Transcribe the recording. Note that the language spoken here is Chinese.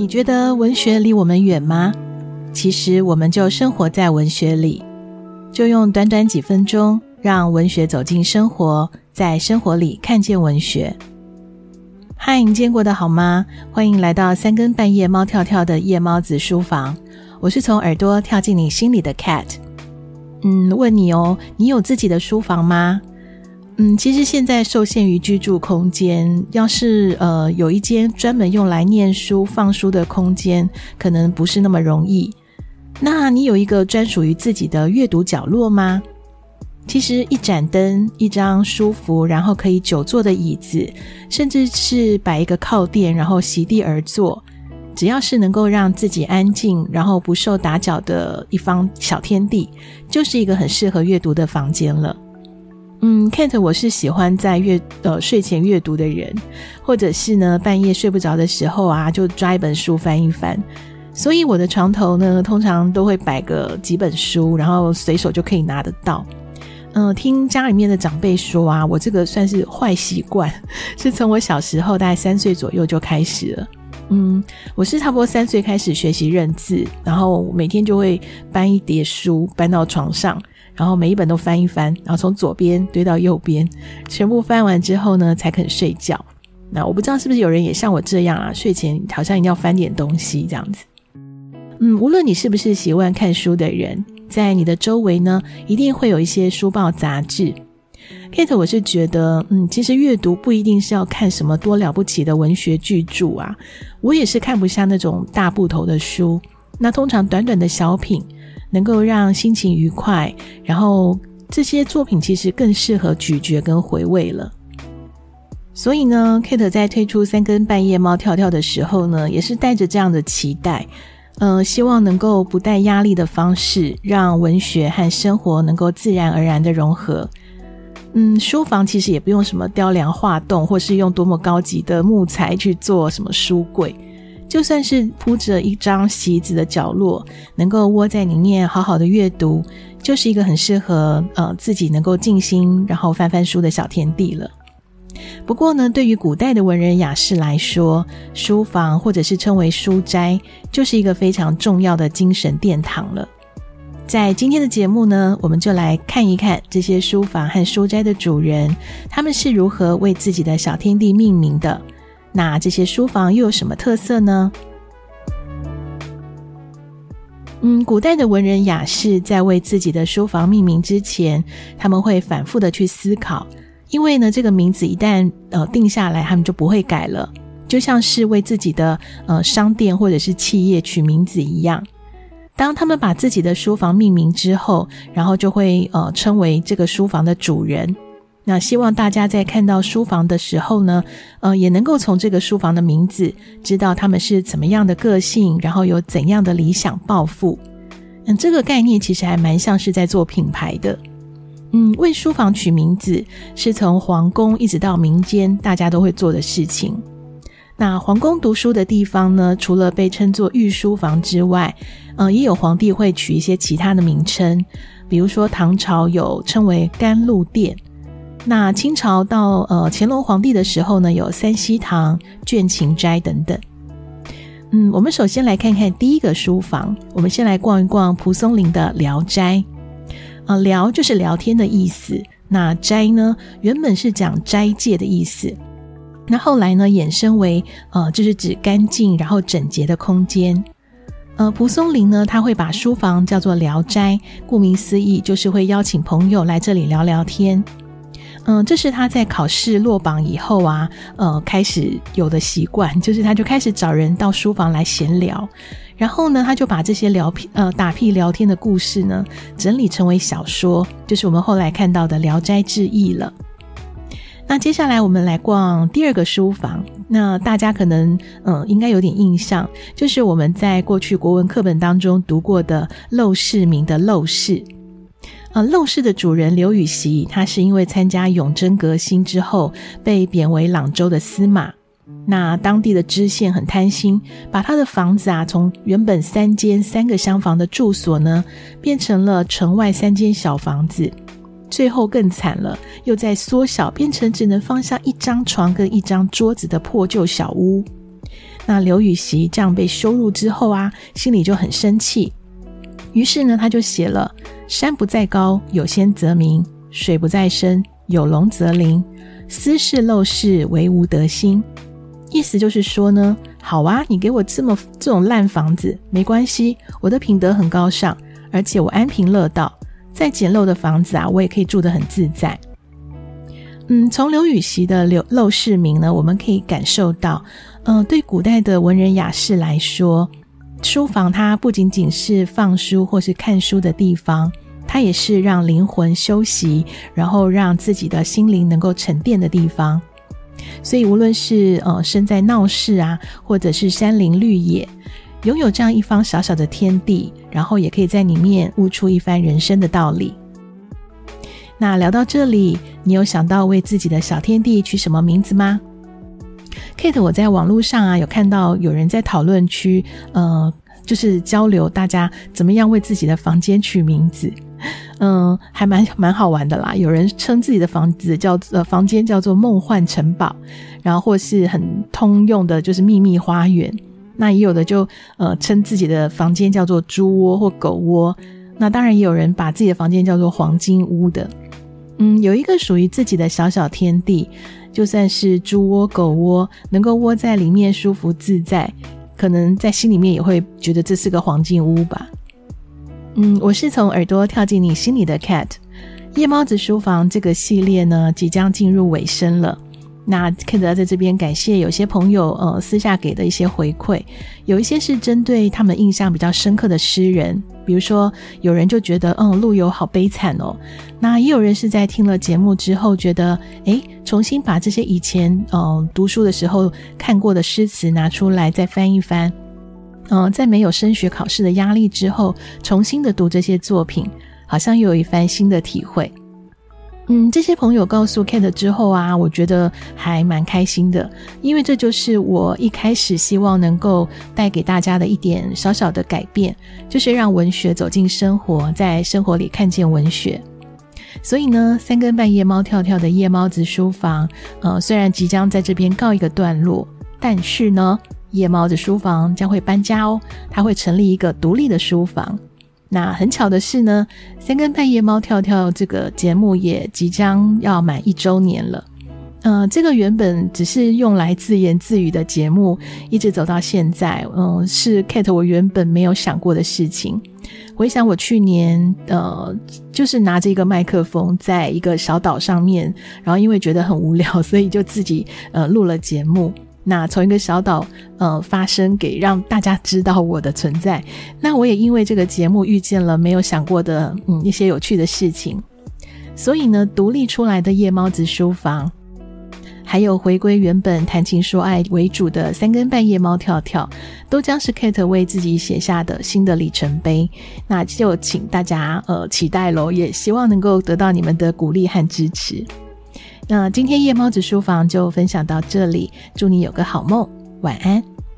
你觉得文学离我们远吗？其实我们就生活在文学里，就用短短几分钟，让文学走进生活，在生活里看见文学。嗨，你今天过得好吗？欢迎来到三更半夜猫跳跳的夜猫子书房，我是从耳朵跳进你心里的 cat。问你哦，你有自己的书房吗？其实现在受限于居住空间，要是有一间专门用来念书放书的空间，可能不是那么容易。那你有一个专属于自己的阅读角落吗？其实一盏灯，一张舒服然后可以久坐的椅子，甚至是摆一个靠垫然后席地而坐，只要是能够让自己安静然后不受打搅的一方小天地，就是一个很适合阅读的房间了。Kate 我是喜欢在睡前阅读的人，或者是呢半夜睡不着的时候啊，就抓一本书翻一翻。所以我的床头呢通常都会摆个几本书，然后随手就可以拿得到。听家里面的长辈说啊，我这个算是坏习惯，是从我小时候大概3岁左右就开始了。我是差不多3岁开始学习认字，然后每天就会搬一叠书搬到床上，然后每一本都翻一翻，然后从左边堆到右边，全部翻完之后呢才肯睡觉。那我不知道是不是有人也像我这样啊，睡前好像一定要翻点东西这样子。无论你是不是喜欢看书的人，在你的周围呢一定会有一些书报杂志。Kate 我是觉得其实阅读不一定是要看什么多了不起的文学巨著啊，我也是看不下那种大部头的书。那通常短短的小品能够让心情愉快，然后这些作品其实更适合咀嚼跟回味了。所以呢 Kate 在推出三更半夜猫跳跳的时候呢，也是带着这样的期待，希望能够不带压力的方式，让文学和生活能够自然而然的融合。书房其实也不用什么雕梁画栋，或是用多么高级的木材去做什么书柜，就算是铺着一张席子的角落，能够窝在里面好好的阅读，就是一个很适合自己能够静心然后翻翻书的小天地了。不过呢，对于古代的文人雅士来说，书房或者是称为书斋，就是一个非常重要的精神殿堂了。在今天的节目呢，我们就来看一看这些书房和书斋的主人，他们是如何为自己的小天地命名的。那这些书房又有什么特色呢？古代的文人雅士在为自己的书房命名之前，他们会反复的去思考，因为呢这个名字一旦定下来，他们就不会改了，就像是为自己的商店或者是企业取名字一样。当他们把自己的书房命名之后，然后就会称为这个书房的主人。那希望大家在看到书房的时候呢，也能够从这个书房的名字知道他们是怎么样的个性，然后有怎样的理想抱负。这个概念其实还蛮像是在做品牌的。为书房取名字是从皇宫一直到民间大家都会做的事情。那皇宫读书的地方呢，除了被称作御书房之外，也有皇帝会取一些其他的名称，比如说唐朝有称为甘露殿，那清朝到乾隆皇帝的时候呢，有三希堂、倦勤斋等等。我们首先来看看第一个书房，我们先来逛一逛蒲松龄的聊斋。聊就是聊天的意思，那斋呢原本是讲斋戒的意思，那后来呢衍生为就是指干净然后整洁的空间。蒲松龄呢他会把书房叫做聊斋，顾名思义就是会邀请朋友来这里聊聊天。这是他在考试落榜以后啊开始有的习惯，就是他就开始找人到书房来闲聊，然后呢他就把这些打屁聊天的故事呢整理成为小说，就是我们后来看到的《聊斋志异》了。那接下来我们来逛第二个书房，那大家可能应该有点印象，就是我们在过去国文课本当中读过的陋室铭的陋室。陋室的主人刘禹锡，他是因为参加永贞革新之后被贬为朗州的司马，那当地的知县很贪心，把他的房子啊从原本3个厢房的住所呢变成了城外3间小房子，最后更惨了，又在缩小变成只能放下1张床跟1张桌子的破旧小屋。 那刘禹锡这样被羞辱之后啊，心里就很生气，于是呢他就写了山不在高，有仙则名；水不在深，有龙则灵。斯是陋室，惟吾德馨。意思就是说呢，好啊，你给我这种烂房子没关系，我的品德很高尚，而且我安贫乐道，再简陋的房子啊，我也可以住得很自在。从刘禹锡的陋室铭呢，我们可以感受到对古代的文人雅士来说，书房它不仅仅是放书或是看书的地方，它也是让灵魂休息，然后让自己的心灵能够沉淀的地方。所以无论是身在闹市啊，或者是山林绿野，拥有这样一方小小的天地，然后也可以在里面悟出一番人生的道理。那聊到这里，你有想到为自己的小天地取什么名字吗？ Kate 我在网络上啊有看到有人在讨论区就是交流大家怎么样为自己的房间取名字，还蛮好玩的啦。有人称自己的房间叫做梦幻城堡，然后或是很通用的就是秘密花园。那也有的就称自己的房间叫做猪窝或狗窝。那当然也有人把自己的房间叫做黄金屋的。有一个属于自己的小小天地，就算是猪窝狗窝，能够窝在里面舒服自在，可能在心里面也会觉得这是个黄金屋吧。我是从耳朵跳进你心里的 Cat。 夜猫子书房这个系列呢即将进入尾声了。那 Kate 在这边感谢有些朋友私下给的一些回馈，有一些是针对他们印象比较深刻的诗人，比如说有人就觉得陆游好悲惨哦，那也有人是在听了节目之后觉得重新把这些以前读书的时候看过的诗词拿出来再翻一翻，在没有升学考试的压力之后重新的读这些作品，好像又有一番新的体会。这些朋友告诉 Kate 之后啊，我觉得还蛮开心的，因为这就是我一开始希望能够带给大家的一点小小的改变，就是让文学走进生活，在生活里看见文学。所以呢，3更半夜猫跳跳的夜猫子书房虽然即将在这边告一个段落，但是呢夜猫子书房将会搬家哦，它会成立一个独立的书房。那很巧的是呢，3更半夜猫跳跳这个节目也即将要满1周年了。这个原本只是用来自言自语的节目，一直走到现在，是 Kate 我原本没有想过的事情。回想我去年就是拿着一个麦克风在一个小岛上面，然后因为觉得很无聊，所以就自己录了节目。那从一个小岛发声给让大家知道我的存在。那我也因为这个节目遇见了没有想过的一些有趣的事情，所以呢独立出来的夜猫子书房，还有回归原本谈情说爱为主的3更半夜猫跳跳，都将是 Kate 为自己写下的新的里程碑。那就请大家期待咯，也希望能够得到你们的鼓励和支持。那今天夜猫子书房就分享到这里，祝你有个好梦，晚安。